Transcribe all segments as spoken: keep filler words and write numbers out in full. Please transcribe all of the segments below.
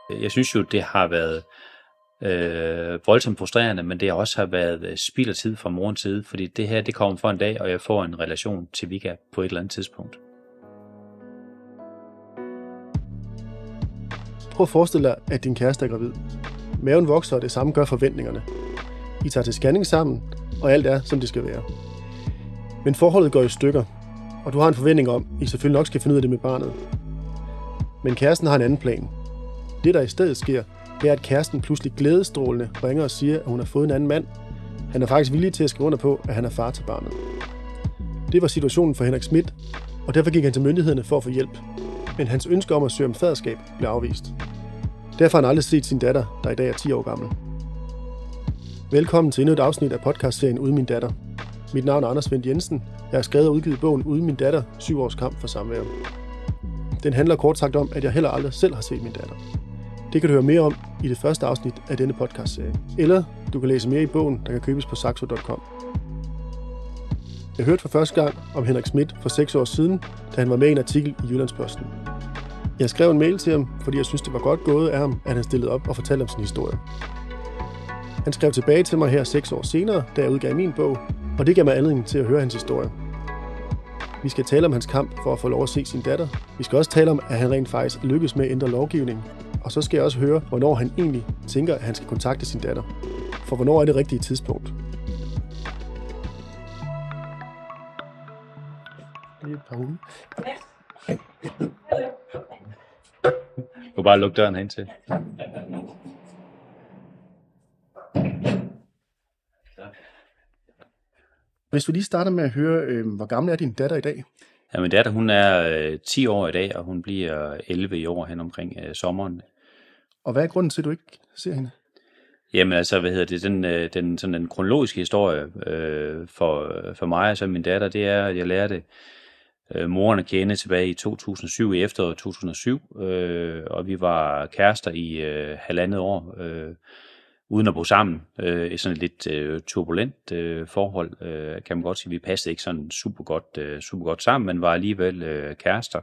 Jeg synes jo, det har været øh, voldsomt frustrerende, men det også har været spild af tid fra morens side, fordi det her, det kommer for en dag, og jeg får en relation til Vika på et eller andet tidspunkt. Prøv at forestille dig, at din kæreste er gravid. Maven vokser, og det samme gør forventningerne. I tager til scanning sammen, og alt er, som det skal være. Men forholdet går i stykker, og du har en forventning om, at I selvfølgelig nok skal finde ud af det med barnet. Men kæresten har en anden plan. Det, der i stedet sker, det er, at kæresten pludselig glædesstrålende ringer og siger, at hun har fået en anden mand. Han er faktisk villig til at skrive under på, at han er far til barnet. Det var situationen for Henrik Schmidt, og derfor gik han til myndighederne for at få hjælp. Men hans ønske om at søge om faderskab blev afvist. Derfor har han aldrig set sin datter, der i dag er ti år gammel. Velkommen til endnu et afsnit af podcastserien Uden min datter. Mit navn er Anders Wendt Jensen. Jeg har skrevet og udgivet bogen Uden min datter, syv års kamp for samvær. Den handler kort sagt om, at jeg heller aldrig selv har set min datter. Det kan du høre mere om i det første afsnit af denne podcastserie. Eller du kan læse mere i bogen, der kan købes på saxo punktum com. Jeg hørte for første gang om Henrik Schmidt for seks år siden, da han var med i en artikel i Jyllandsposten. Jeg skrev en mail til ham, fordi jeg synes, det var godt gået af ham, at han stillede op og fortalte om sin historie. Han skrev tilbage til mig her seks år senere, da jeg udgav min bog, og det gav mig anledning til at høre hans historie. Vi skal tale om hans kamp for at få lov at se sin datter. Vi skal også tale om, at han rent faktisk lykkes med at ændre lovgivningen. Og så skal jeg også høre, hvornår han egentlig tænker, at han skal kontakte sin datter. For hvornår er det rigtige tidspunkt? Det er et par hunde. Du kan bare lukke døren hen til. Hvis vi lige starter med at høre, øh, hvor gammel er din datter i dag? Ja, min datter, hun er øh, ti år i dag, og hun bliver elleve i år hen omkring øh, sommeren. Og hvad er grunden til, at du ikke ser hende? Jamen altså, hvad hedder det, den, øh, den, sådan den kronologiske historie øh, for, for mig og så min datter, det er, at jeg lærte øh, moren at kende tilbage i to tusind og syv, i efteråret to tusind og syv, øh, og vi var kærester i øh, halvandet år, øh, uden at bo sammen, øh, i sådan et lidt øh, turbulent øh, forhold, øh, kan man godt sige. Vi passede ikke sådan super godt, øh, super godt sammen, men var alligevel øh, kærester.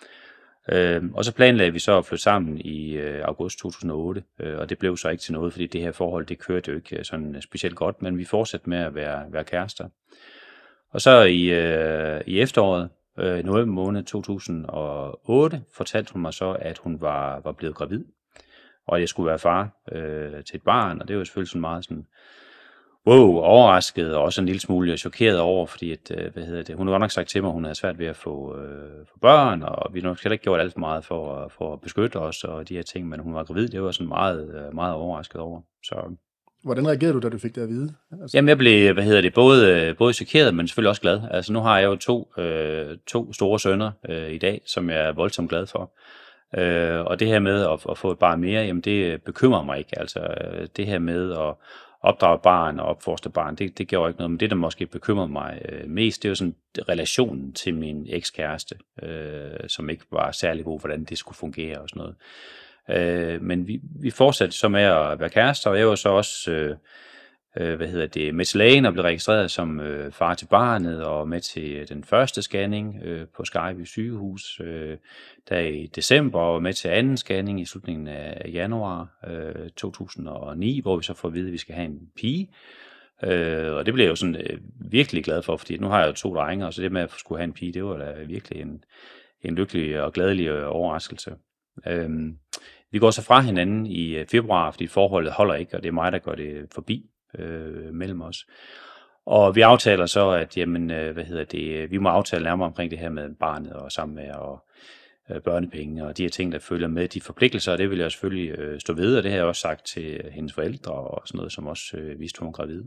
Øh, og så planlagde vi så at flytte sammen i øh, august to tusind og otte, øh, og det blev så ikke til noget, fordi det her forhold, det kørte jo ikke sådan specielt godt, men vi fortsatte med at være, være kærester. Og så i, øh, i efteråret, øh, november måned to tusind og otte, fortalte hun mig så, at hun var, var blevet gravid, og at jeg skulle være far øh, til et barn, og det var selvfølgelig sådan meget sådan, wow, overrasket, og også en lille smule chokeret over, fordi at, øh, hvad hedder det, hun har godt nok sagt til mig, at hun havde svært ved at få, øh, få børn, og vi har nok ikke gjort alt for meget for, for at beskytte os, og de her ting, men hun var gravid, det var sådan meget, meget overrasket over. Så hvordan reagerede du, da du fik det at vide? Altså... Jamen jeg blev, hvad hedder det, både, både chokeret, men selvfølgelig også glad. Altså nu har jeg jo to, øh, to store sønner øh, i dag, som jeg er voldsomt glad for. Øh, og det her med at, at få et barn mere, jamen det bekymrer mig ikke. Altså det her med at opdrage barn og opfostre barn, det, det gjorde ikke noget. Men det, der måske bekymrede mig øh, mest, det var sådan relationen til min ekskæreste, øh, som ikke var særlig god, hvordan det skulle fungere og sådan noget. Øh, men vi, vi fortsatte så med at være kærester, og jeg var så også øh, øh, hvad hedder det, med til lægen og blev registreret som øh, far til barnet, og med til den første scanning øh, på Skejby sygehus øh, der i december, og med til anden scanning i slutningen af januar øh, to tusind og ni, hvor vi så får at vide, at vi skal have en pige. Øh, og det blev jeg jo sådan øh, virkelig glad for, fordi nu har jeg jo to drenge, og så det med at skulle have en pige, det var da virkelig en, en lykkelig og glædelig overraskelse. Øh, Vi går så fra hinanden i februar, fordi forholdet holder ikke, og det er mig, der går det forbi øh, mellem os. Og vi aftaler så, at jamen, øh, hvad hedder det, vi må aftale nærmere omkring det her med barnet og samvær og øh, børnepenge og de her ting, der følger med de forpligtelser, og det vil jeg selvfølgelig øh, stå ved, og det har jeg også sagt til hendes forældre og sådan noget, som også øh, viste, hun var gravid.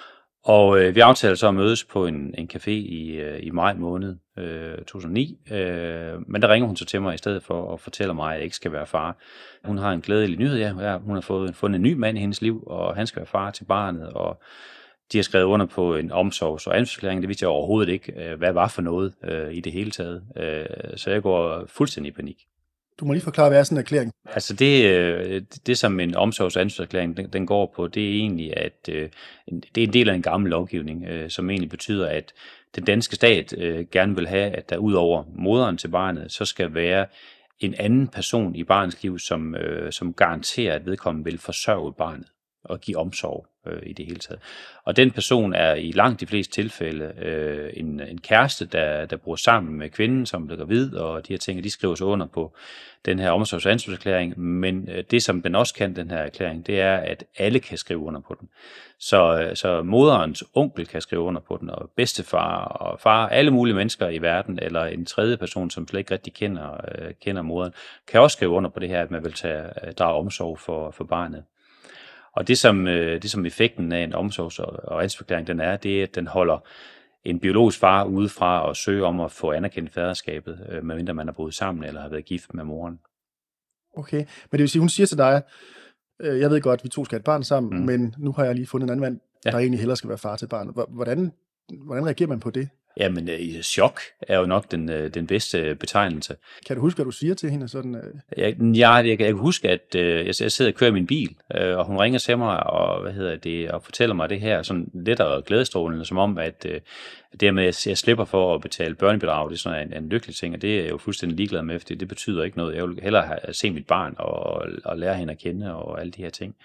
Og øh, vi aftalte så at mødes på en, en café i, øh, i maj måned øh, to tusind og ni, øh, men der ringer hun så til mig i stedet for at fortælle mig, at jeg ikke skal være far. Hun har en glædelig nyhed, ja, hun har fået, fundet en ny mand i hendes liv, og han skal være far til barnet, og de har skrevet under på en omsorgs- og ansvarserklæring. Det vidste jeg overhovedet ikke, øh, hvad var for noget øh, i det hele taget, øh, så jeg går fuldstændig i panik. Du må lige forklare, hvad er sådan en erklæring? Altså det, det som en omsorgs- og ansvarserklæring, den, den går på, det er egentlig, at øh, det er en del af en gammel lovgivning, øh, som egentlig betyder, at den danske stat øh, gerne vil have, at der ud over moderen til barnet, så skal være en anden person i barnets liv, som, øh, som garanterer, at vedkommende vil forsørge barnet og give omsorg øh, i det hele taget. Og den person er i langt de fleste tilfælde øh, en, en kæreste, der, der bor sammen med kvinden, som bliver gravid, og de her ting, de skriver sig under på den her omsorgs- og ansvarserklæring. Men øh, det, som den også kan, den her erklæring, det er, at alle kan skrive under på den. Så, så moderens onkel kan skrive under på den, og bedstefar og far, alle mulige mennesker i verden, eller en tredje person, som slet ikke rigtig kender, øh, kender moderen, kan også skrive under på det her, at man vil tage, drage omsorg for, for barnet. Og det som, det, som effekten af en omsorgs- og ansvarsforklaring den er, det er, at den holder en biologisk far udefra og søge om at få anerkendt faderskabet, medmindre man er boet sammen eller har været gift med moren. Okay, men det vil sige, hun siger til dig, jeg ved godt, at vi to skal have et barn sammen, mm. men nu har jeg lige fundet en anden mand, ja. der egentlig hellere skal være far til barnet. Hvordan, hvordan reagerer man på det? Jamen, chok er jo nok den, den bedste betegnelse. Kan du huske, hvad du siger til hende? Sådan, jeg, ja, jeg, jeg kan huske, at øh, jeg sidder og kører i min bil, øh, og hun ringer til mig og, hvad hedder det, og fortæller mig det her sådan lidt og glædestrålende, som om, at øh, det med, at jeg slipper for at betale børnebidrag, det er sådan en, en lykkelig ting, og det er jeg jo fuldstændig ligeglad med, fordi det betyder ikke noget. Jeg vil hellere have, se mit barn og, og lære hende at kende og alle de her ting.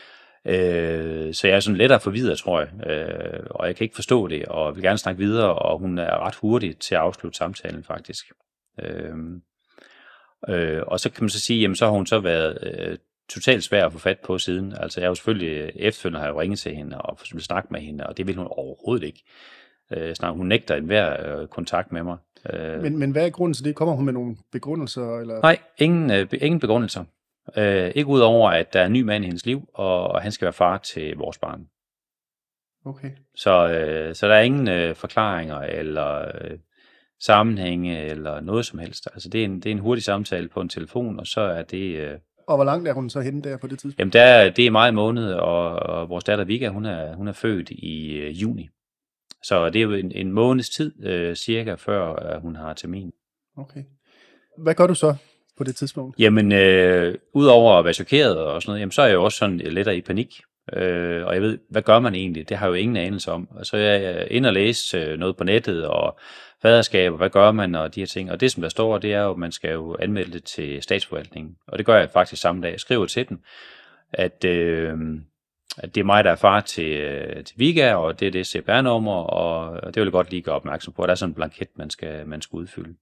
Øh, så jeg er sådan lettere forvirret, tror jeg, øh, og jeg kan ikke forstå det, og vil gerne snakke videre, og hun er ret hurtig til at afslutte samtalen, faktisk. Øh, øh, og så kan man så sige, jamen så har hun så været øh, totalt svær at få fat på siden. Altså jeg har jo selvfølgelig efterfølgende har jeg jo ringet til hende og vil snakke med hende, og det vil hun overhovedet ikke. Øh, snart, hun nægter enhver øh, kontakt med mig. Øh, men, men hvad er grunden til det? Kommer hun med nogle begrundelser? Eller? Nej, ingen, øh, ingen begrundelser. Øh, ikke ud over, at der er en ny mand i hendes liv, og, og han skal være far til vores barn. Okay. Så, øh, så der er ingen øh, forklaringer eller øh, sammenhænge eller noget som helst. Altså det er, en, det er en hurtig samtale på en telefon, og så er det... Øh, og hvor langt er hun så henne der på det tidspunkt? Jamen der, det er maj måned, og, og vores datter Vika, hun er, hun er født i øh, juni. Så det er jo en, en måneds tid øh, cirka, før øh, hun har termin. Okay. Hvad gør du så på det tidspunkt? Jamen, øh, udover at være chokeret og sådan noget, jamen, så er jeg jo også sådan lettere i panik. Øh, og jeg ved, hvad gør man egentlig? Det har jeg jo ingen anelse om. Så jeg er inde og læse øh, noget på nettet, og faderskab, og hvad gør man, og de her ting. Og det, som der står, det er jo, at man skal jo anmelde det til statsforvaltningen. Og det gør jeg faktisk samme dag. Jeg skriver til dem, at, øh, at det er mig, der er far til, øh, til Vika, og det er det C P R-nummer, og det vil jeg godt lige gøre opmærksom på. Der er sådan en blanket, man skal, man skal udfylde.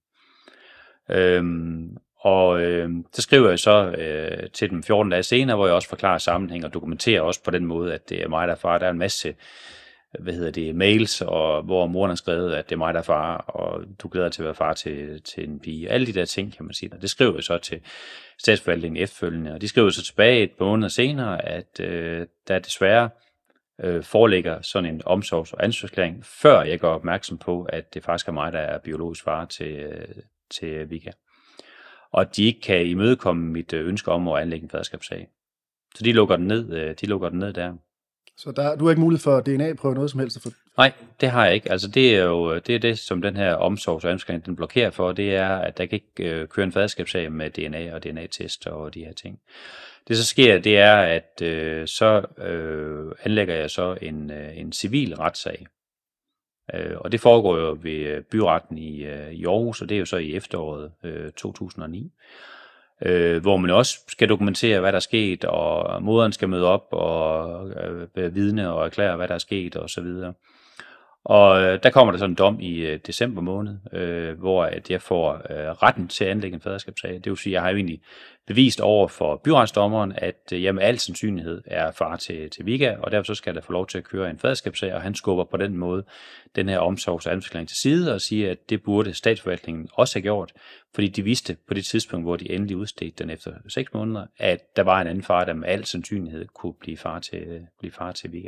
Øh, Og øh, så skriver jeg så øh, til dem fjorten dage senere, hvor jeg også forklarer sammenhæng og dokumenterer også på den måde, at det er mig, der er far. Der er en masse hvad hedder det, mails, og hvor moren har skrevet, at det er mig, der er far, og du glæder dig til at være far til, til en pige. Alle de der ting, kan man sige. Og det skriver jeg så til statsforvaltningen efterfølgende. Og de skriver så tilbage et par måneder senere, at øh, der desværre øh, foreligger sådan en omsorgs- og ansvarserklæring, før jeg gør opmærksom på, at det faktisk er mig, der er biologisk far til, øh, til Vika. Og at de ikke kan imødekomme mit ønske om at anlægge en faderskabssag. Så de lukker den ned, de lukker den ned der. Så der, du har ikke mulighed for D N A-prøve noget som helst? For... Nej, det har jeg ikke. Altså det er jo det, er det som den her omsorgs- og ansvarserklæring den blokerer for, det er, at der kan ikke øh, køre en faderskabssag med D N A og D N A-test og de her ting. Det så sker, det er, at øh, så øh, anlægger jeg så en, øh, en civil retssag. Øh, og det foregår jo ved byretten i, øh, i Aarhus, og det er jo så i efteråret øh, to tusind og ni. Øh, hvor man også skal dokumentere, hvad der er sket, og moderen skal møde op og øh, vidne og erklære, hvad der er sket, og så videre. Og øh, der kommer der sådan en dom i øh, december måned, øh, hvor at jeg får øh, retten til at anlægge en faderskabssag. Det vil sige, at jeg har jo egentlig bevist over for byretsdommeren, at øh, jeg med al sandsynlighed er far til, til Vika, og derfor så skal jeg få lov til at køre en faderskabssag, og han skubber på den måde den her omsorgs- og ansvarserklæring til side og siger, at det burde statsforvaltningen også have gjort, fordi de vidste på det tidspunkt, hvor de endelig udstedte den efter seks måneder, at der var en anden far, der med al sandsynlighed kunne blive far til, blive far til Vika.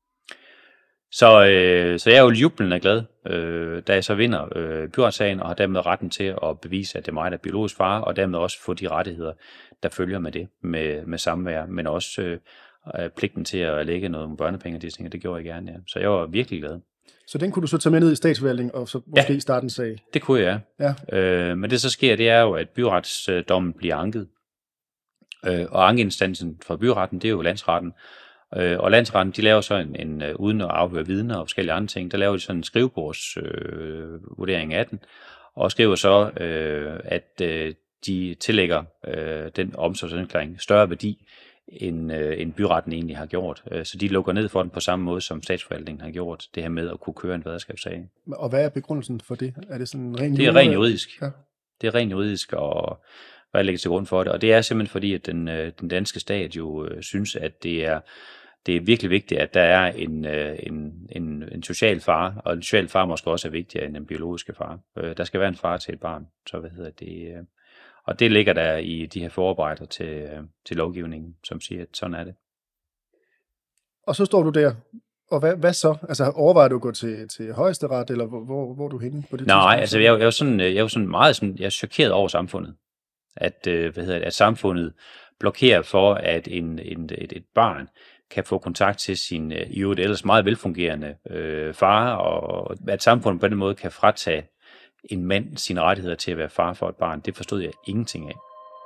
Så, øh, så jeg er jo jublende glad, øh, da jeg så vinder øh, byretssagen og har dermed retten til at bevise, at det er mig, der er biologisk far, og dermed også få de rettigheder, der følger med det, med, med samvær, men også øh, pligten til at lægge noget børnepenge og de ting, det gjorde jeg gerne, ja. Så jeg var virkelig glad. Så den kunne du så tage med ned i statsforvaltningen og så måske ja, starte en sag? Det kunne jeg, ja. Øh, men det så sker, det er jo, at byretsdommen bliver anket, øh, og ankeinstansen fra byretten, det er jo landsretten. Og landsretten, de laver så en, en uden at afhøre vidner og forskellige andre ting, der laver de sådan en skrivebordsvurdering øh, af den, og skriver så, øh, at øh, de tillægger øh, den omsorgserklæring større værdi, end, øh, end byretten egentlig har gjort. Øh, så de lukker ned for den på samme måde, som statsforvaltningen har gjort, det her med at kunne køre en faderskabssag. Og hvad er begrundelsen for det? Er det sådan ren Det er rent juridisk. Ja. Det er rent juridisk, og hvad ligger til grund for det. Og det er simpelthen fordi, at den, den danske stat jo øh, synes, at det er, det er virkelig vigtigt, at der er en, øh, en, en, en social far, og en social far måske også er vigtigere end en biologiske far. Øh, der skal være en far til et barn, så hvad hedder det... Øh, og det ligger der i de her forarbejder til, øh, til lovgivningen, som siger, at sådan er det. Og så står du der. Og hvad, hvad så? Altså overvejer du at gå til, til højesteret, eller hvor, hvor, hvor er du henne på det Nej, tidspunkt? altså jeg, jeg, er sådan, jeg er jo sådan meget sådan, jeg er chokeret over samfundet. At, øh, hvad hedder det, at samfundet blokerer for, at en, en, et, et barn kan få kontakt til sin øh, i øvrigt ellers meget velfungerende øh, far, og at samfundet på den måde kan fratage en mand sine rettigheder til at være far for et barn, det forstod jeg ingenting af.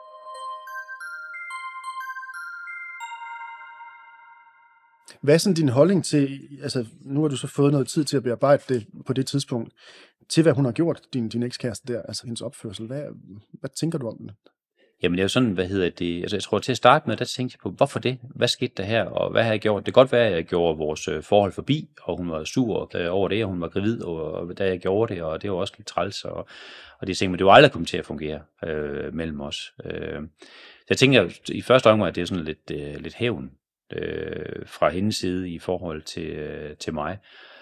Hvad er sådan din holdning til, altså nu har du så fået noget tid til at bearbejde det på det tidspunkt, til hvad hun har gjort, din, din ekskæreste der, altså hendes opførsel. Hvad, hvad tænker du om den? Jamen det er jo sådan, hvad hedder det, altså jeg tror til at starte med, der tænkte jeg på, hvorfor det? Hvad skete der her, og hvad har jeg gjort? Det kan godt være, at jeg gjorde vores forhold forbi, og hun var sur over det, og hun var gravid, og da jeg gjorde det, og det var også lidt træls, og, og det ting, men det var aldrig kommet til at fungere øh, mellem os. Øh, så jeg tænker i første omgang, at det er sådan lidt, øh, lidt hævn øh, fra hendes side i forhold til, øh, til mig.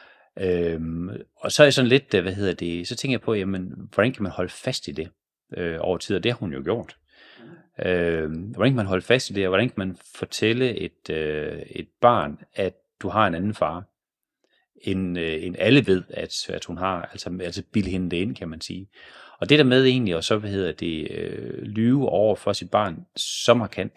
Øhm, og så er jeg sådan lidt, hvad hedder det, så tænker jeg på, jamen, hvordan kan man holde fast i det øh, over tid, og det har hun jo gjort. Øh, hvordan kan man holde fast i det, og hvordan kan man fortælle et, øh, et barn, at du har en anden far, end, øh, end alle ved, at, at hun har, altså, altså bilde hende det ind, kan man sige. Og det der med egentlig, og så hvad hedder det, øh, lyve over for sit barn, så markant,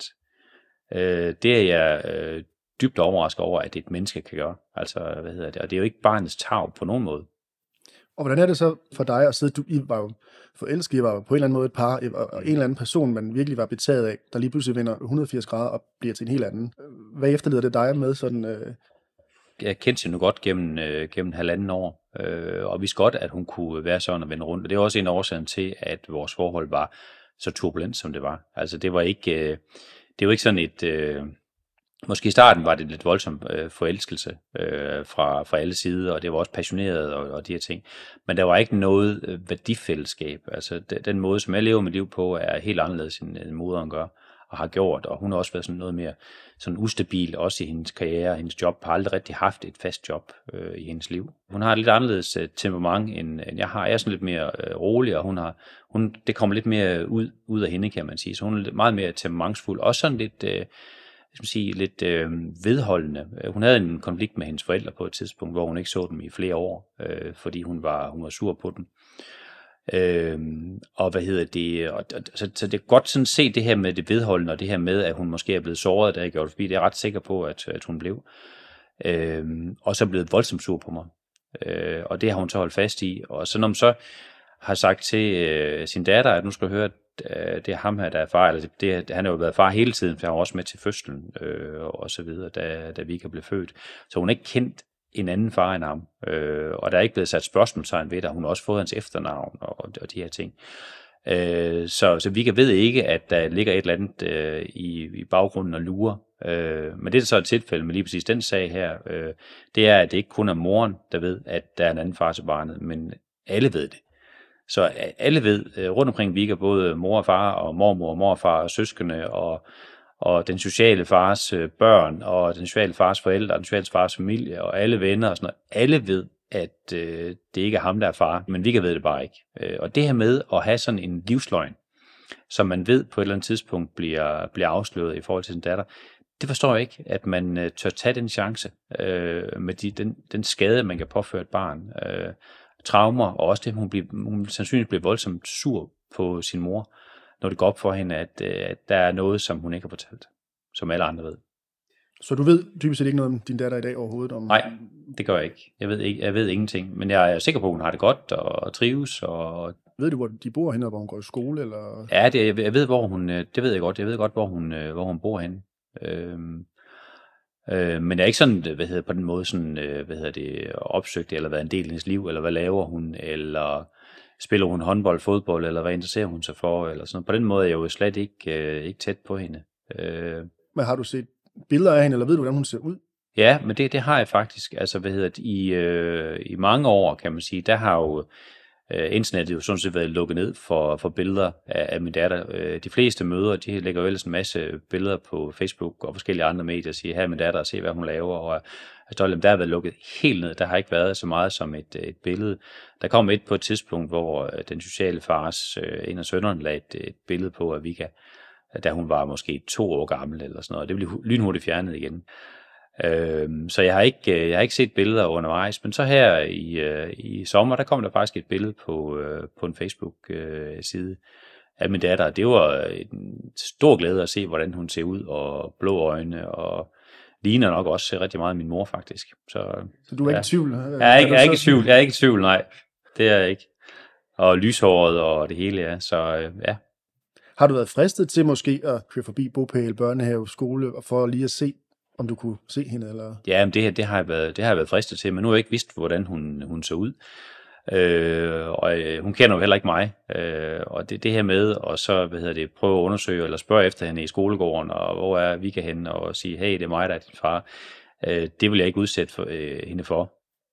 øh, det er jeg øh, dybt overrasket over, at et menneske kan gøre. Altså, hvad hedder det, og det er jo ikke barnets tarv på nogen måde. Og hvordan er det så for dig at sidde, du I var jo forelsket, I var jo på en eller anden måde et par, og en eller anden person, man virkelig var betaget af, der lige pludselig vender et hundrede og firs grader og bliver til en helt anden. Hvad efterleder det dig med sådan... Øh... Jeg kendte hende nu godt gennem, øh, gennem halvanden år, øh, og vidste godt, at hun kunne være sådan og vende rundt. Og det er også en årsag til, at vores forhold var så turbulent, som det var. Altså, det var ikke, øh, det var ikke sådan et... Øh, Måske i starten var det lidt voldsom øh, forelskelse øh, fra, fra alle sider, og det var også passioneret og, og de her ting. Men der var ikke noget øh, værdifællesskab. Altså de, den måde, som jeg lever mit liv på, er helt anderledes, end, end moderen gør og har gjort. Og hun har også været sådan noget mere sådan ustabil, også i hendes karriere. Hendes job har aldrig rigtig haft et fast job øh, i hendes liv. Hun har et lidt anderledes øh, temperament, end, end jeg har. Jeg er sådan lidt mere øh, rolig, og hun har, hun, det kommer lidt mere ud, ud af hende, kan man sige. Så hun er meget mere temperamentsfuld. Også sådan lidt... Øh, skal sige, lidt øh, vedholdende. Hun havde en konflikt med hendes forældre på et tidspunkt, hvor hun ikke så dem i flere år, øh, fordi hun var, hun var sur på dem. Øh, og hvad hedder det? Og, og, så, så det er godt sådan se det her med det vedholdende, og det her med, at hun måske er blevet såret, da jeg gjorde det forbi. Det er jeg ret sikker på, at, at hun blev. Øh, og så er blevet voldsomt sur på mig. Øh, og det har hun så holdt fast i. Og så når man så har sagt til øh, sin datter, at nu skal høre, det er ham her, der er far, eller det, det, han har jo været far hele tiden, for han var også med til fødslen, øh, og så videre, da, da Vika blev født. Så hun har ikke kendt en anden far end ham, øh, og der er ikke blevet sat spørgsmålstegn ved det, hun har også fået hans efternavn, og, og de her ting. Øh, så, så Vika ved ikke, at der ligger et eller andet øh, i, i baggrunden og lurer. Øh, men det er så et tilfælde med lige præcis den sag her, øh, det er, at det ikke kun er moren, der ved, at der er en anden far til barnet, men alle ved det. Så alle ved rundt omkring Vika, både mor og far og mormor og morfar og søskende og, og den sociale fars børn og den sociale fars forældre og den sociale fars familie og alle venner og sådan noget. Alle ved, at øh, det ikke er ham, der er far, men Vika ved det bare ikke. Øh, og det her med at have sådan en livsløgn, som man ved på et eller andet tidspunkt bliver, bliver afsløret i forhold til sin datter, det forstår jeg ikke, at man øh, tør tage den chance øh, med de, den, den skade, man kan påføre et barn. Øh, traumer, og også det, hun, bliver, hun sandsynligvis bliver voldsomt sur på sin mor, når det går op for hende, at, at der er noget, som hun ikke har fortalt, som alle andre ved. Så du ved dybest set ikke noget om din datter i dag overhovedet? Om... Nej, det gør jeg ikke. Jeg ved, ikke. jeg ved ingenting, men jeg er sikker på, at hun har det godt og trives. Og... Ved du, hvor de bor henne, hvor hun går i skole? Eller? Ja, det, jeg ved, hvor hun, det ved jeg godt. Jeg ved godt, hvor hun, hvor hun bor henne. Øhm, Øh, men jeg er ikke sådan, hvad hedder, på den måde sådan, øh, hvad hedder det, opsøgt, eller været en del af hendes liv, eller hvad laver hun, eller spiller hun håndbold, fodbold, eller hvad interesserer hun sig for, eller sådan noget. På den måde er jeg jo slet ikke, øh, ikke tæt på hende. Øh, Men har du set billeder af hende, eller ved du, hvordan hun ser ud? Ja, men det, det har jeg faktisk. Altså, hvad hedder det, i, øh, i mange år, kan man sige, der har jo øh, internettet jo sådan set været lukket ned for, for billeder af, af min datter. Øh, de fleste møder, de lægger jo ellers en masse billeder på Facebook og forskellige andre medier og siger, her er min datter, og se hvad hun laver. Og altså, der har været lukket helt ned. Der har ikke været så meget som et, et billede. Der kom et på et tidspunkt, hvor den sociale fars, øh, en af sønnerne, lagde et, et billede på af Vika, da hun var måske to år gammel eller sådan noget. Det blev lynhurtigt fjernet igen. Øhm, så jeg har ikke jeg har ikke set billeder undervejs, men så her i øh, i sommer, der kom der faktisk et billede på øh, på en Facebook øh, side af min datter. Det var en stor glæde at se, hvordan hun ser ud, og blå øjne, og ligner nok også rigtig meget min mor faktisk. Så, så du er ja. ikke i tvivl? Jeg er ikke, jeg er ikke i tvivl. Jeg er ikke i tvivl, nej. Det er jeg ikke. Og lyshåret og det hele, ja. Så øh, ja. Har du været fristet til måske at køre forbi bopæl, børnehave, skole, for lige at se, om du kunne se hende? Eller? Ja, men det her, det har jeg været, det har jeg været fristet til, men nu har jeg ikke vidst, hvordan hun, hun så ud. Øh, og øh, hun kender jo heller ikke mig. Øh, og det, det her med, og så hvad hedder det, prøve at undersøge, eller spørge efter hende i skolegården, og hvor er Vika henne, og sige, hey, det er mig, der er din far. Øh, det vil jeg ikke udsætte for, øh, hende for.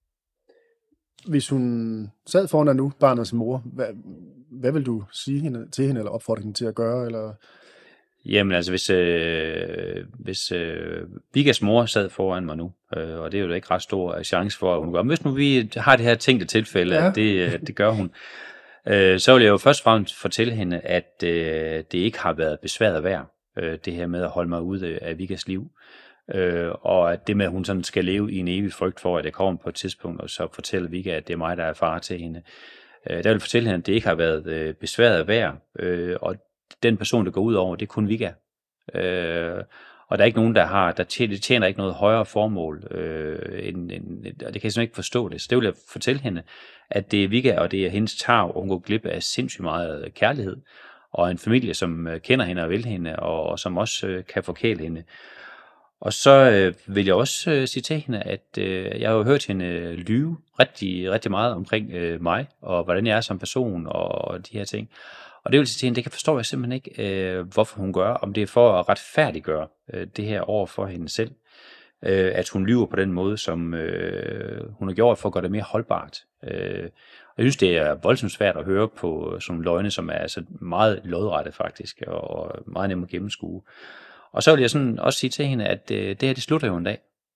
Hvis hun sad foran dig nu, barnets mor, hvad, hvad vil du sige hende, til hende, eller opfordre hende til at gøre, eller... Jamen altså, hvis, øh, hvis øh, Vikas mor sad foran mig nu, øh, og det er jo da ikke ret stor chance for, at hun gør, men hvis nu vi har det her tænkte tilfælde, ja. at det, det gør hun, øh, så vil jeg jo først og fremmest fortælle hende, at øh, det ikke har været besværet værd, øh, det her med at holde mig ude af Vikas liv, øh, og at det med, at hun sådan skal leve i en evig frygt for, at jeg kommer på et tidspunkt, og så fortæller Vika, at det er mig, der er far til hende. Øh, der vil jeg fortælle hende, at det ikke har været øh, besværet værd, øh, og den person, der går ud over, det er kun Vika. Øh, og der er ikke nogen, der har, der tjener, tjener ikke noget højere formål, øh, end, end, og det kan jeg simpelthen ikke forstå det. Så det vil jeg fortælle hende, at det er Vika, og det er hendes tarv, og hun går glip af sindssygt meget kærlighed, og en familie, som kender hende og vil hende, og, og som også øh, kan forkæle hende. Og så øh, vil jeg også øh, sige til hende, at øh, jeg har jo hørt hende lyve rigtig, rigtig meget omkring øh, mig, og hvordan jeg er som person, og, og de her ting. Og det vil sige til hende, det kan forstå jeg simpelthen ikke, øh, hvorfor hun gør, om det er for at retfærdiggøre øh, det her over for hende selv, øh, at hun lyver på den måde, som øh, hun har gjort for at gøre det mere holdbart. Øh, og jeg synes, det er voldsomt svært at høre på sådan nogle løgne, som er altså meget lodrette faktisk, og meget nemt at gennemskue. Og så vil jeg sådan også sige til hende, at øh, det her, det slutter jo en dag.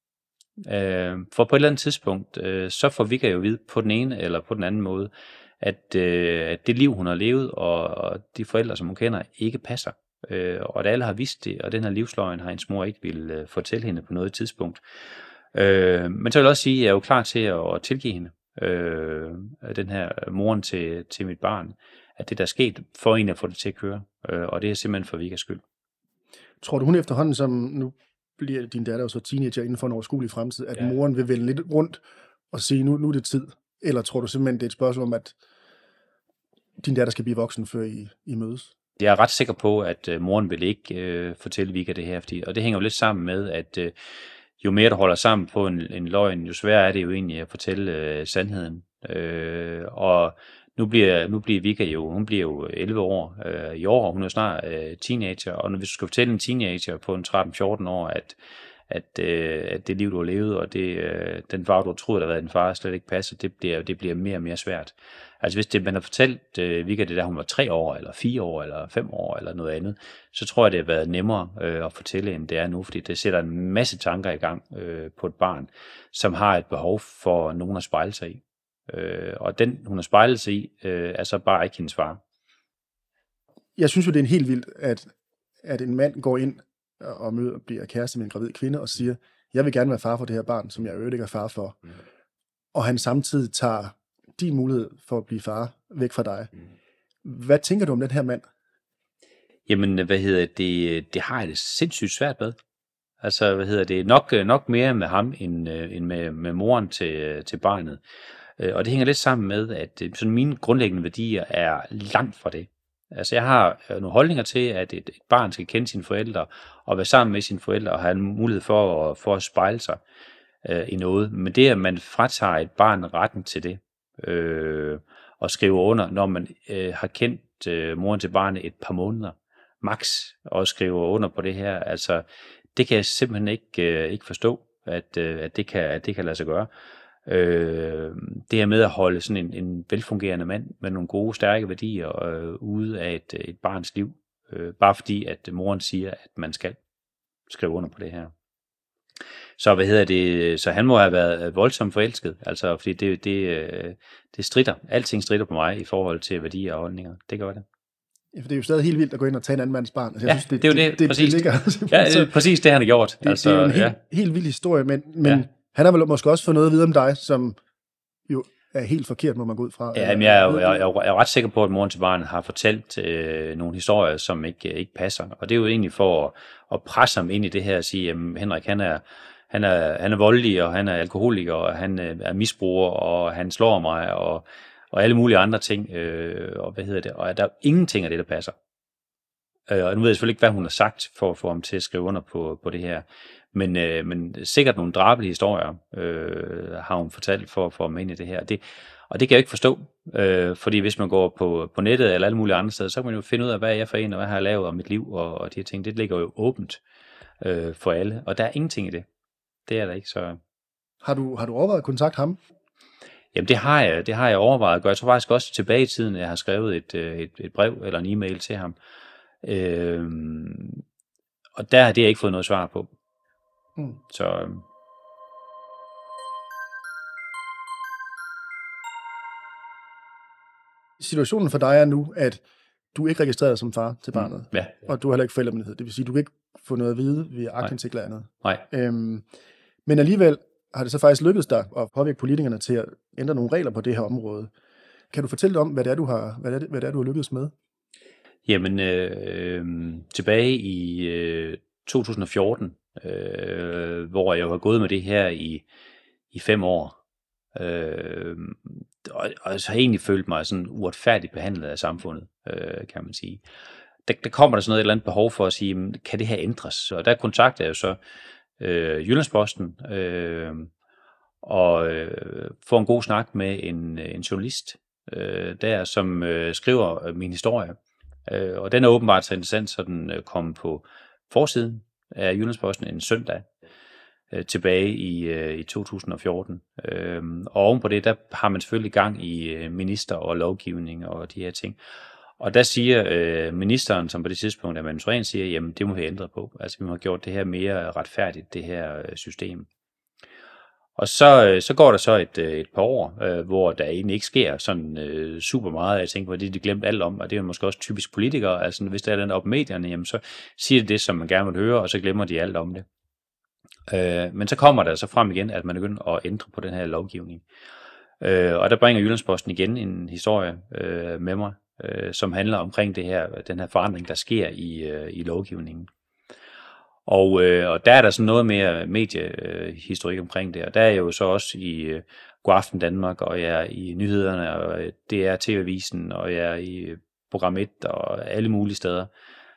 Øh, for på et eller andet tidspunkt, øh, så får Vika jo vid på den ene eller på den anden måde, at, øh, at det liv, hun har levet, og, og de forældre, som hun kender, ikke passer. Øh, og at alle har vidst det, og den her livsløgn har hendes mor ikke ville øh, fortælle hende på noget tidspunkt. Øh, men så vil jeg også sige, at jeg er jo klar til at, at tilgive hende, øh, den her moren til, til mit barn, at det der er sket, for en at få det til at køre. Øh, og det er simpelthen for Vikas skyld. Tror du, hun efterhånden, som nu bliver din datter jo så teenager inden for en overskuelig fremtid, at ja. moren vil vælge lidt rundt og sige, nu, nu er det tid? Eller tror du simpelthen, det er et spørgsmål om, at din datter skal blive voksen, før I, I mødes? Jeg er ret sikker på, at uh, moren vil ikke uh, fortælle Vika det her, fordi, og det hænger jo lidt sammen med, at uh, jo mere der holder sammen på en, en løgn, jo sværere er det jo egentlig at fortælle uh, sandheden. Uh, og nu bliver, nu bliver Vika jo, hun bliver jo elleve år uh, i år, og hun er jo snart uh, teenager, og hvis du skal fortælle en teenager på en tretten fjorten år, at At, øh, at det liv, du har levet, og det, øh, den far, du har troet, der har været din far, slet ikke passer, det bliver, det bliver mere og mere svært. Altså hvis det, man har fortalt øh, Vika det der, hun var tre år, eller fire år, eller fem år, eller noget andet, så tror jeg, det har været nemmere øh, at fortælle, end det er nu, fordi det sætter en masse tanker i gang øh, på et barn, som har et behov for nogen at spejle sig i. Øh, og den, hun har spejlet sig i, øh, er så bare ikke hendes far. Jeg synes jo, det er en helt vildt, at, at en mand går ind og møder, bliver kæreste med en gravid kvinde og siger, jeg vil gerne være far for det her barn, som jeg øvrigt ikke er far for. Mm. Og han samtidig tager din mulighed for at blive far væk fra dig. Mm. Hvad tænker du om den her mand? Jamen, hvad hedder det, det har jeg det sindssygt svært med. Altså, hvad hedder det, nok, nok mere med ham, end, end med, med moren til, til barnet. Og det hænger lidt sammen med, at sådan mine grundlæggende værdier er langt fra det. Altså jeg har nogle holdninger til, at et, et barn skal kende sine forældre, og være sammen med sine forældre, og have en mulighed for at, for at spejle sig øh, i noget. Men det, at man fratager et barn retten til det, øh, at skrive under, når man øh, har kendt øh, moren til barnet et par måneder, max, og skrive under på det her. Altså, det kan jeg simpelthen ikke, øh, ikke forstå, at, øh, at, det kan, at det kan lade sig gøre. Øh, det her med at holde sådan en, en velfungerende mand med nogle gode, stærke værdier øh, ude af et, et barns liv, øh, bare fordi, at moren siger, at man skal skrive under på det her. Så hvad hedder det? Så han må have været voldsomt forelsket, altså fordi det, det, det stritter, alting stritter på mig i forhold til værdier og holdninger. Det gør det. Ja, for det er jo stadig helt vildt at gå ind og tage en anden mands barn. Altså, jeg ja, synes, det, det er jo det, det, præcis. Det, det, ligger, ja, det er præcis det, han har gjort. Det, altså, det er jo en helt, ja. helt vild historie, men, men ja. han har vel måske også fået noget at vide om dig, som jo er helt forkert, må man gå ud fra. Ja, men jeg, er, jeg, er, jeg er ret sikker på, at moren til barnet har fortalt øh, nogle historier, som ikke, ikke passer. Og det er jo egentlig for at, at presse ham ind i det her og sige, at Henrik, han er, han, er, han er voldelig, og han er alkoholiker, og han er misbruger, og han slår mig, og, og alle mulige andre ting. Øh, og hvad hedder det? Og der er ingenting af det, der passer. Øh, og nu ved jeg selvfølgelig ikke, hvad hun har sagt for at få ham til at skrive under på, på det her. Men, øh, men sikkert nogle drabelige historier øh, har hun fortalt for at få ham ind i det her. Det, og det kan jeg ikke forstå, øh, fordi hvis man går på, på nettet eller alle mulige andre steder, så kan man jo finde ud af, hvad er jeg for en, og hvad har jeg lavet om mit liv, og, og de her ting. Det ligger jo åbent øh, for alle, og der er ingenting i det. Det er der ikke, så... Har du, har du overvejet at kontakte ham? Jamen det har jeg, det har jeg overvejet at gøre. Jeg tror faktisk også tilbage i tiden, at jeg har skrevet et, et, et brev eller en e-mail til ham. Øh, og der har det jeg ikke fået noget svar på. Mm. Så... Situationen for dig er nu, at du er ikke registreret som far til barnet, mm, ja. og du har heller ikke forældremyndighed. Det vil sige, at du kan ikke få noget at vide via aktindsigt eller andet. Nej. Øhm, men alligevel har det så faktisk lykkedes dig at påvirke politikerne til at ændre nogle regler på det her område. Kan du fortælle om, hvad det er, du har, hvad det er, hvad det er, du har lykkedes med? Jamen, øh, tilbage i øh, to tusind og fjorten, øh, hvor jeg jo har gået med det her i, i fem år, øh, og, og så har jeg egentlig følt mig sådan uretfærdigt behandlet af samfundet, øh, kan man sige. Der, der kommer der sådan noget et eller andet behov for at sige, kan det her ændres? Så der kontakter jeg jo så øh, Jyllandsposten, øh, og øh, får en god snak med en, en journalist øh, der, som øh, skriver min historie. Øh, og den er åbenbart så interessant, så den øh, kom på forsiden af Jyllandsposten en søndag øh, tilbage i, øh, i to tusind og fjorten. Øh, og ovenpå det, der har man selvfølgelig gang i øh, minister og lovgivning og de her ting. Og der siger øh, ministeren, som på det tidspunkt er mentoreren, siger, jamen det må vi ændre på. Altså vi må have gjort det her mere retfærdigt, det her øh, system. Og så, så går der så et, et par år, øh, hvor der egentlig ikke sker sådan øh, super meget. Jeg tænker på, det de glemt alt om, og det er jo måske også typisk politikere. Altså hvis der er den op i medierne, jamen, så siger de det, som man gerne vil høre, og så glemmer de alt om det. Øh, men så kommer der så frem igen, at man begynder at ændre på den her lovgivning. Øh, og der bringer Jyllandsposten igen en historie øh, med mig, øh, som handler omkring det her, den her forandring, der sker i, øh, i lovgivningen. Og, øh, og der er der sådan noget mere mediehistorik omkring det, og der er jeg jo så også i øh, Godaften Danmark, og jeg er i nyhederne, og det er T V-avisen, og jeg er i Program et, og alle mulige steder.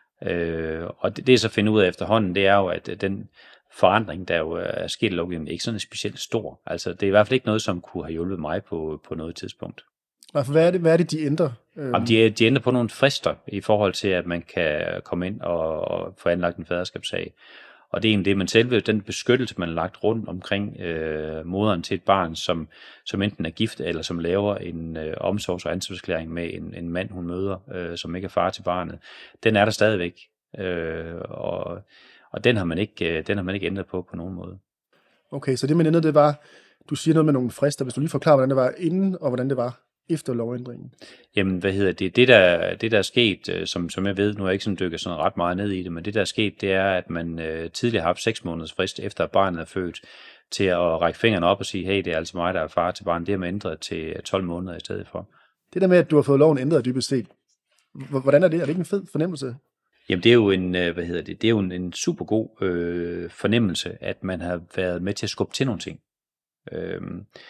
Øh, og det, det er så at finde ud af efterhånden, det er jo, at den forandring, der jo er sket i lovgivningen, ikke sådan specielt stor. Altså det er i hvert fald ikke noget, som kunne have hjulpet mig på, på noget tidspunkt. Hvad er det, hvad er det de ændrer? Jamen, de, de ændrer på nogle frister i forhold til, at man kan komme ind og, og få anlagt en faderskabssag. Og det er egentlig det, man selve, den beskyttelse, man har lagt rundt omkring øh, moderen til et barn, som, som enten er gift, eller som laver en øh, omsorgs- og ansvarserklæring med en, en mand, hun møder, øh, som ikke er far til barnet, den er der stadigvæk. Øh, og og den, har man ikke, øh, den har man ikke ændret på på nogen måde. Okay, så det man ændrede, det var, du siger noget med nogle frister. Hvis du lige forklarer, hvordan det var inden, og hvordan det var efter lovændringen. Jamen, hvad hedder det? Det, der, det der er sket, som, som jeg ved, nu har jeg ikke sådan dykket sådan ret meget ned i det, men det der er sket, det er, at man øh, tidligere har haft seks måneders frist, efter at barnet er født, til at række fingrene op og sige, hey, det er altså mig, der er far til barnet. Det har man ændret til tolv måneder i stedet for. Det der med, at du har fået loven ændret dybest set, hvordan er det? Er det ikke en fed fornemmelse? Jamen, det er jo en, hvad hedder det? Det er jo en, en super god øh, fornemmelse, at man har været med til at skubbe til nogle ting. Øh,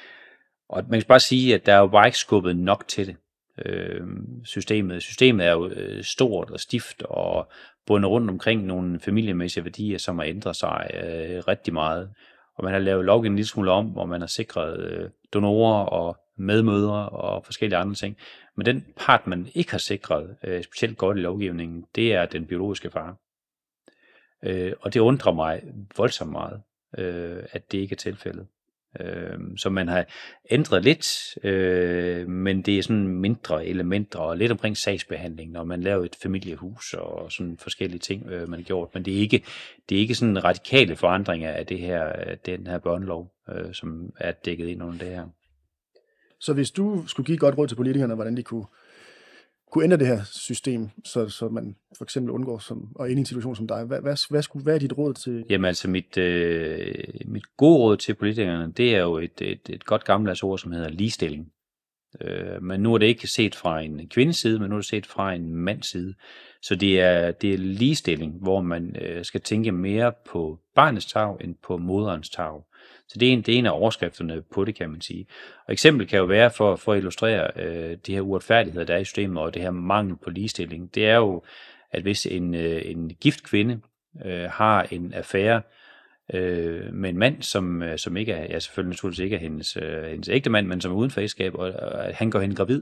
Og man kan bare sige, at der er jo bare ikke skubbet nok til det. Øh, systemet. Systemet er jo øh, stort og stift og bundet rundt omkring nogle familiemæssige værdier, som har ændret sig øh, rigtig meget. Og man har lavet lovgivningen en lille smule om, hvor man har sikret øh, donorer og medmødre og forskellige andre ting. Men den part, man ikke har sikret øh, specielt godt i lovgivningen, det er den biologiske far. Øh, og det undrer mig voldsomt meget, øh, at det ikke er tilfældet. Øh, så man har ændret lidt, øh, men det er sådan mindre elementer og lidt omkring sagsbehandling, når man laver et familiehus og sådan forskellige ting, øh, man har gjort. Men det er ikke, det er ikke sådan radikale forandringer af det her, den her børnelov, øh, som er dækket ind under det her. Så hvis du skulle give et godt råd til politikerne, hvordan de kunne, kunne ændre det her system, så, så man for eksempel undgår som, og ind i en situation som dig, hvad, hvad, hvad, skulle, hvad er dit råd til? Jamen altså, mit, øh, mit gode råd til politikerne, det er jo et, et, et godt gammeldags ord, som hedder ligestilling. Øh, men nu er det ikke set fra en kvindes side, men nu er det set fra en mands side. Så det er, det er ligestilling, hvor man øh, skal tænke mere på barnets tarv end på moderens tarv. Så det er en, det er en af overskrifterne på det, kan man sige. Og eksempel kan jo være, for, for at illustrere øh, de her uretfærdigheder, der er i systemet, og det her mangel på ligestilling, det er jo, at hvis en, øh, en gift kvinde øh, har en affære øh, med en mand, som, øh, som ikke er, ja selvfølgelig naturligvis ikke er hendes, øh, hendes ægte mand, men som er uden for ægteskab, og, og han går hende gravid,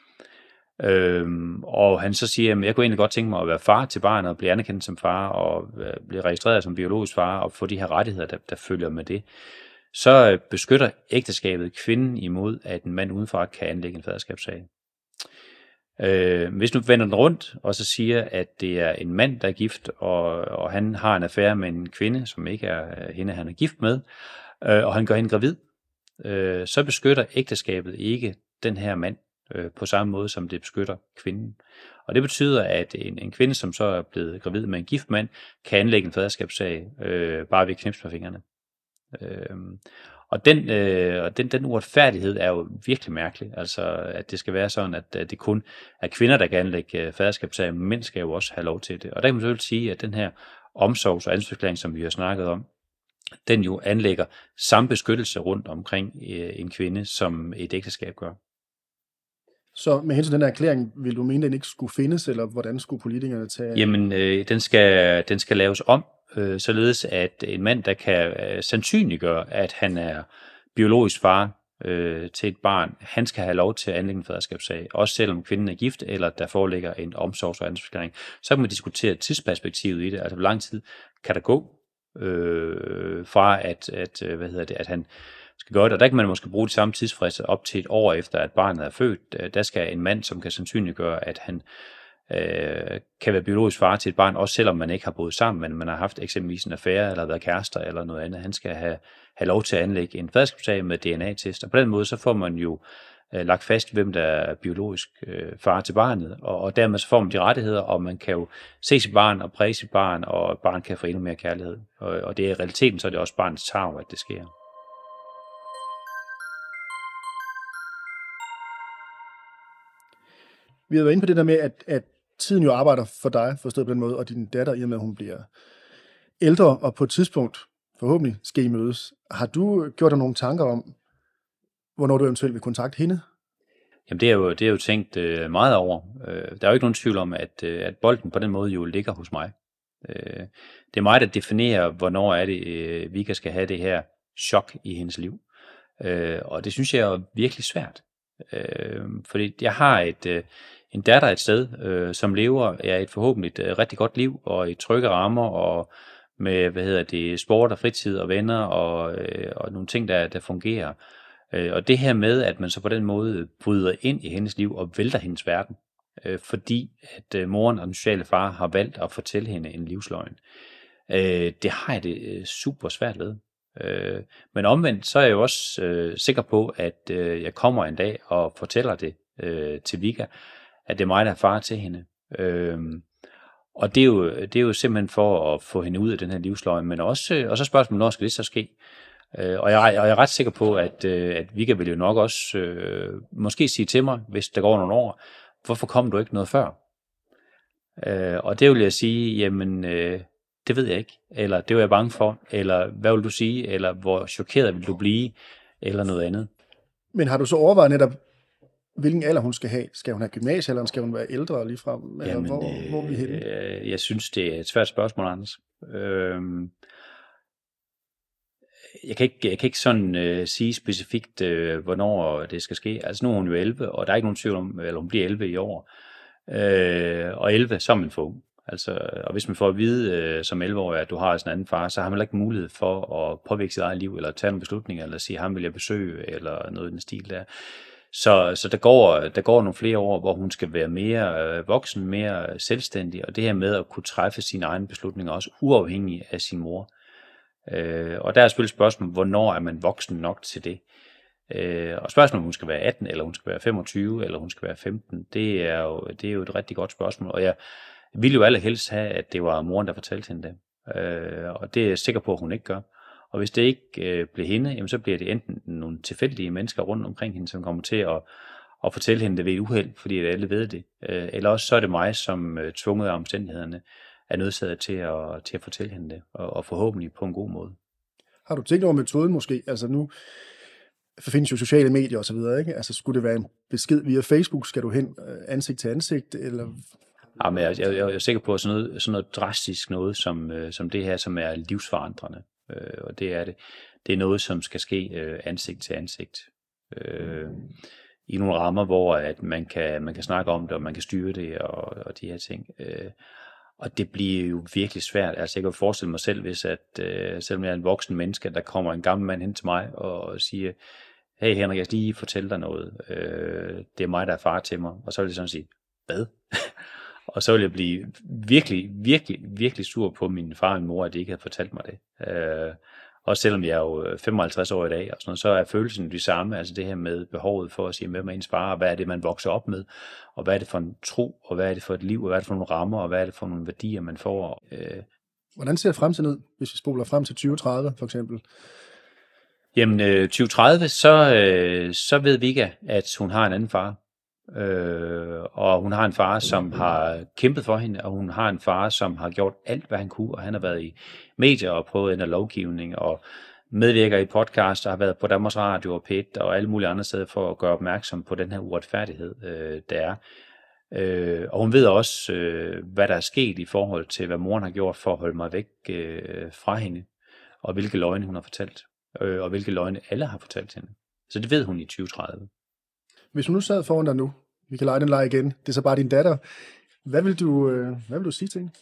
Øhm, og han så siger, at jeg kunne egentlig godt tænke mig at være far til barnet og blive anerkendt som far og øh, blive registreret som biologisk far og få de her rettigheder, der, der følger med det. Så øh, beskytter ægteskabet kvinden imod, at en mand udenfor kan anlægge en faderskabssag. Øh, hvis nu vender den rundt og så siger, at det er en mand, der er gift, og, og han har en affære med en kvinde, som ikke er hende, han er gift med, øh, og han gør hende gravid, øh, så beskytter ægteskabet ikke den her mand på samme måde, som det beskytter kvinden. Og det betyder, at en, en kvinde, som så er blevet gravid med en gift mand, kan anlægge en faderskabssag øh, bare ved knips med fingrene. Øh, og den, øh, og den, den uretfærdighed er jo virkelig mærkelig, altså at det skal være sådan, at, at det kun er kvinder, der kan anlægge faderskabssag, men mænd skal jo også have lov til det. Og der kan man selvfølgelig sige, at den her omsorgs- og ansvarserklæring, som vi har snakket om, den jo anlægger samme beskyttelse rundt omkring øh, en kvinde, som et ægteskab gør. Så med hensyn til den her erklæring, vil du mene, at den ikke skulle findes, eller hvordan skulle politikerne tage? Jamen, øh, den, skal, den skal laves om, øh, således at en mand, der kan øh, sandsynliggøre, at han er biologisk far øh, til et barn, han skal have lov til at anlægge en faderskabssag, også selvom kvinden er gift, eller der foreligger en omsorgs- og ansvarserklæring. Så kan man diskutere tidsperspektivet i det, altså hvor lang tid kan der gå øh, fra, at, at, hvad hedder det, at han skal gøre det, og der kan man måske bruge de samme tidsfrister op til et år efter, at barnet er født. Der skal en mand, som kan sandsynliggøre, at han øh, kan være biologisk far til et barn, også selvom man ikke har boet sammen, men man har haft eksempelvis en affære, eller været kærester, eller noget andet. Han skal have, have lov til at anlægge en faderskabssag med D N A-test, og på den måde, så får man jo øh, lagt fast, hvem der er biologisk øh, far til barnet, og, og dermed så får man de rettigheder, og man kan jo se sit barn og præge sit barn, og barn kan få endnu mere kærlighed. Og, og det er i realiteten, så er det også barnets tarv, at det sker. Vi har været inde på det der med, at, at tiden jo arbejder for dig, forstået på den måde, og din datter, i og med at hun bliver ældre, og på et tidspunkt, forhåbentlig, skal I mødes. Har du gjort dig nogle tanker om, hvornår du eventuelt vil kontakte hende? Jamen det er jo, det er jo tænkt øh, meget over. Øh, der er jo ikke nogen tvivl om, at, øh, at bolden på den måde jo ligger hos mig. Øh, det er mig, der definerer, hvornår er det, øh, Vika skal have det her chok i hendes liv. Øh, og det synes jeg er virkelig svært. Øh, fordi jeg har et, øh, en datter et sted, øh, som lever ja, et forhåbentlig et, øh, rigtig godt liv, og i trygge rammer, og med hvad hedder det, sport og fritid og venner, og, øh, og nogle ting, der, der fungerer. Øh, og det her med, at man så på den måde bryder ind i hendes liv og vælter hendes verden, øh, fordi at øh, moren og den sociale far har valgt at fortælle hende en livsløgn. Øh, det har jeg det øh, super svært ved. Øh, men omvendt, så er jeg jo også øh, sikker på, at øh, jeg kommer en dag og fortæller det øh, til Vika, at det er mig, der er far til hende. Øh, og det er, jo, det er jo simpelthen for at få hende ud af den her livsløgn, men også, øh, og så spørgsmålet, når skal det så ske? Øh, og, jeg, og jeg er ret sikker på, at, øh, at Vika vil jo nok også øh, måske sige til mig, hvis der går nogle år, hvorfor kom du ikke noget før? Øh, og det vil jeg sige, jamen... Øh, det ved jeg ikke, eller det var jeg bange for, eller hvad vil du sige, eller hvor chokeret vil du blive, eller noget andet. Men har du så overvejet netop, hvilken alder hun skal have? Skal hun have gymnasie, eller skal hun være ældre ligefrem? Eller Jamen, hvor, øh, hvor er vi henne? Jeg synes, det er et svært spørgsmål, Anders. Øhm, jeg kan ikke, jeg kan ikke sådan øh, sige specifikt, øh, hvornår det skal ske. Altså nu er hun jo elleve, og der er ikke nogen tvivl om, eller hun bliver elleve i år. Øh, og elleve, så er man for ung. Altså, og hvis man får at vide øh, som elleve-årig, at du har sådan en anden far, så har man ikke mulighed for at påvirke sit eget liv, eller tage nogle beslutninger, eller sige, ham vil jeg besøge, eller noget i den stil der. Så, så der, går, der går nogle flere år, hvor hun skal være mere øh, voksen, mere selvstændig, og det her med at kunne træffe sine egne beslutninger, også uafhængig af sin mor. Øh, og der er selvfølgelig spørgsmålet, hvornår er man voksen nok til det? Øh, og spørgsmålet, om hun skal være atten, eller hun skal være femogtyve, eller hun skal være femten, det er jo, det er jo et rigtig godt spørgsmål, og jeg ville jo allerhelst have, at det var moren, der fortalte hende det. Øh, og det er jeg sikker på, at hun ikke gør. Og hvis det ikke øh, bliver hende, jamen, så bliver det enten nogle tilfældige mennesker rundt omkring hende, som kommer til at, at fortælle hende det ved et uheld, fordi alle ved det. Øh, eller også så er det mig, som øh, tvunget af omstændighederne, er nødsaget til at, til at fortælle hende det, og, og forhåbentlig på en god måde. Har du tænkt over metoden måske? Altså nu findes jo sociale medier og så videre, ikke? Altså skulle det være en besked via Facebook, skal du hen ansigt til ansigt, eller... Ja, men jeg, jeg, jeg er sikker på, at sådan noget, sådan noget drastisk noget, som, som det her, som er livsforandrende, øh, og det er det, det er noget, som skal ske øh, ansigt til ansigt. Øh, I nogle rammer, hvor at man, kan, man kan snakke om det, og man kan styre det, og, og de her ting. Øh, og det bliver jo virkelig svært. Altså jeg kan forestille mig selv, hvis at, øh, selvom jeg er en voksen menneske, der kommer en gammel mand hen til mig og siger, hey Henrik, jeg skal lige fortælle dig noget. Øh, det er mig, der er far til mig. Og så vil jeg sådan sige, hvad? Og så vil jeg blive virkelig, virkelig, virkelig sur på min far og min mor, at de ikke havde fortalt mig det. Øh, også selvom jeg er jo femoghalvtreds år i dag, og sådan noget, så er følelsen de samme. Altså det her med behovet for at sige med mig ens far, hvad er det, man vokser op med, og hvad er det for en tro, og hvad er det for et liv, og hvad er det for nogle rammer, og hvad er det for nogle værdier, man får. Øh. Hvordan ser fremtiden ud, hvis vi spoler frem til tyve tredive for eksempel? Jamen øh, tyve tredive, så, øh, så ved Vigga, at hun har en anden far. Øh, og hun har en far, som har kæmpet for hende, og hun har en far, som har gjort alt, hvad han kunne, og han har været i medier og prøvet at ændre lovgivning, og medvirker i podcast, og har været på Danmarks Radio og P et og alle mulige andre steder for at gøre opmærksom på den her uretfærdighed, øh, der er. Øh, og hun ved også, øh, hvad der er sket i forhold til, hvad moren har gjort for at holde mig væk øh, fra hende, og hvilke løgne hun har fortalt, øh, og hvilke løgne alle har fortalt hende. Så det ved hun i tyve tredive. Hvis hun nu sad foran dig nu, vi kan lege den leg igen, det er så bare din datter, hvad vil du, øh, hvad vil du sige til hende?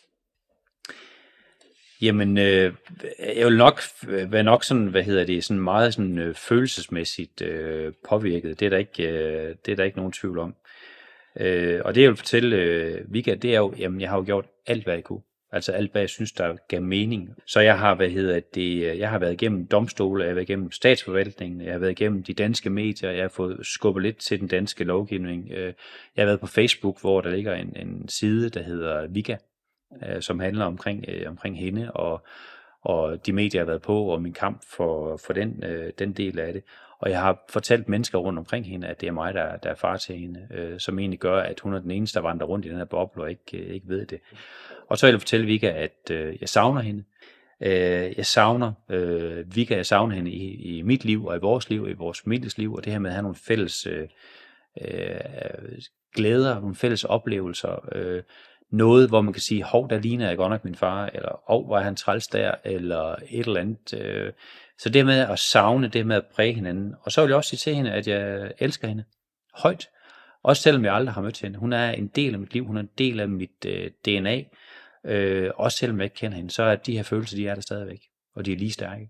Jamen, øh, jeg vil nok være nok sådan, hvad hedder det, sådan meget sådan øh, følelsesmæssigt øh, påvirket. Det er der ikke, øh, det er der ikke nogen tvivl om. Øh, og det jeg vil fortælle øh, Vigga, det er jo, jamen jeg har jo gjort alt, hvad jeg kunne. Altså alt, hvad jeg synes, der gav mening. Så jeg har, hvad hedder det, jeg har været igennem domstole, jeg har været igennem statsforvaltningen, jeg har været igennem de danske medier, jeg har fået skubbet lidt til den danske lovgivning. Jeg har været på Facebook, hvor der ligger en, en side, der hedder Vigga, som handler omkring, omkring hende og, og de medier, jeg har været på, og min kamp for, for den, den del af det. Og jeg har fortalt mennesker rundt omkring hende, at det er mig, der, der er far til hende, øh, som egentlig gør, at hun er den eneste, der vandrer rundt i den her boble og ikke, ikke ved det. Og så vil jeg fortælle Vigga, at øh, jeg savner hende. Øh, jeg savner øh, Vigga, jeg savner hende i, i mit liv og i vores liv, i vores families liv, og det her med at have nogle fælles øh, øh, glæder, nogle fælles oplevelser, øh, noget, hvor man kan sige, hov, der ligner jeg godt nok min far, eller hov, hvor er han træls der, eller et eller andet. Øh. Så det med at savne, det med at præge hinanden. Og så vil jeg også sige til hende, at jeg elsker hende højt. Også selvom jeg aldrig har mødt hende. Hun er en del af mit liv, hun er en del af mit øh, D N A. Øh, også selvom jeg ikke kender hende, så er de her følelser, de er der stadigvæk. Og de er lige stærke.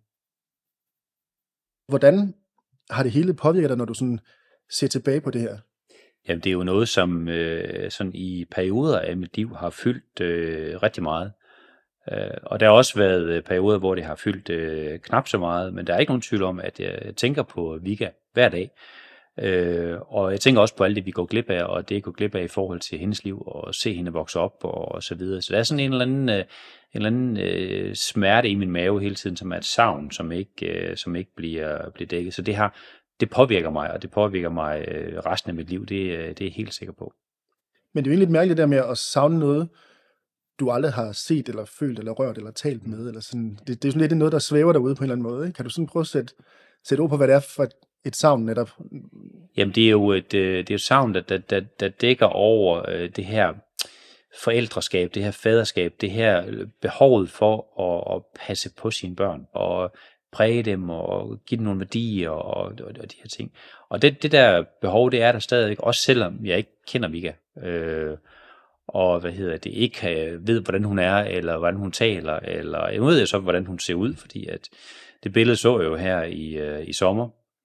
Hvordan har det hele påvirket dig, når du sådan ser tilbage på det her? Jamen det er jo noget, som øh, sådan i perioder af mit liv har fyldt øh, rigtig meget. Øh, og der har også været perioder, hvor det har fyldt øh, knap så meget, men der er ikke nogen tvivl om, at jeg tænker på Vigga hver dag. Øh, og jeg tænker også på alt det, vi går glip af, og det, jeg går glip af i forhold til hendes liv, og se hende vokse op, og, og så videre. Så der er sådan en eller anden, øh, en eller anden øh, smerte i min mave hele tiden, som er et savn, som ikke, øh, som ikke bliver, bliver dækket. Så det har Det påvirker mig, og det påvirker mig øh, resten af mit liv, det, øh, det er jeg helt sikker på. Men det er jo egentlig lidt mærkeligt der med at savne noget, du aldrig har set, eller følt, eller rørt, eller talt med. Eller sådan. Det, det er sådan lidt noget, der svæver derude på en eller anden måde. Ikke? Kan du sådan prøve at sætte, sætte ord på, hvad det er for et, et savn netop? Jamen det er jo et, det er et savn, der, der, der dækker over øh, det her forældreskab, det her faderskab, det her behovet for at, at passe på sine børn. Og præge dem og give dem nogle værdier og, og, og de her ting. Og det, det der behov, det er der stadigvæk, også selvom jeg ikke kender Vika. Øh, og hvad hedder det, ikke ved, hvordan hun er, eller hvordan hun taler, eller jeg ved så, hvordan hun ser ud, fordi at det billede så jeg jo her i, øh, i sommer.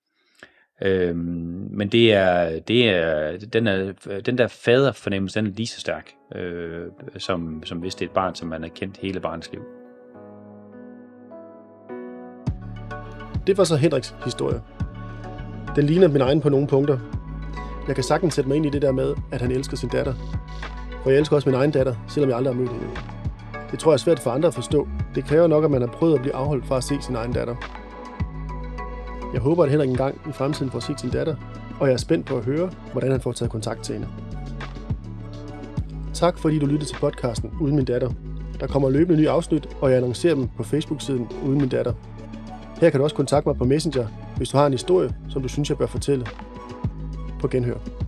Øhm, men det er, det er, den, er, den der faderfornemmelse, den er lige så stærk, øh, som, som hvis det er et barn, som man har kendt hele barnets liv. Det var så Henriks historie. Den ligner min egen på nogle punkter. Jeg kan sagtens sætte mig ind i det der med, at han elsker sin datter. For jeg elsker også min egen datter, selvom jeg aldrig har mødt hende. Det tror jeg er svært for andre at forstå. Det kræver nok, at man har prøvet at blive afholdt fra at se sin egen datter. Jeg håber, at Henrik engang i fremtiden får set sin datter, og jeg er spændt på at høre, hvordan han får taget kontakt til hende. Tak fordi du lyttede til podcasten Uden min datter. Der kommer løbende nye afsnit, og jeg annoncerer dem på Facebook-siden Uden min datter. Her kan du også kontakte mig på Messenger, hvis du har en historie, som du synes, jeg bør fortælle. På genhør.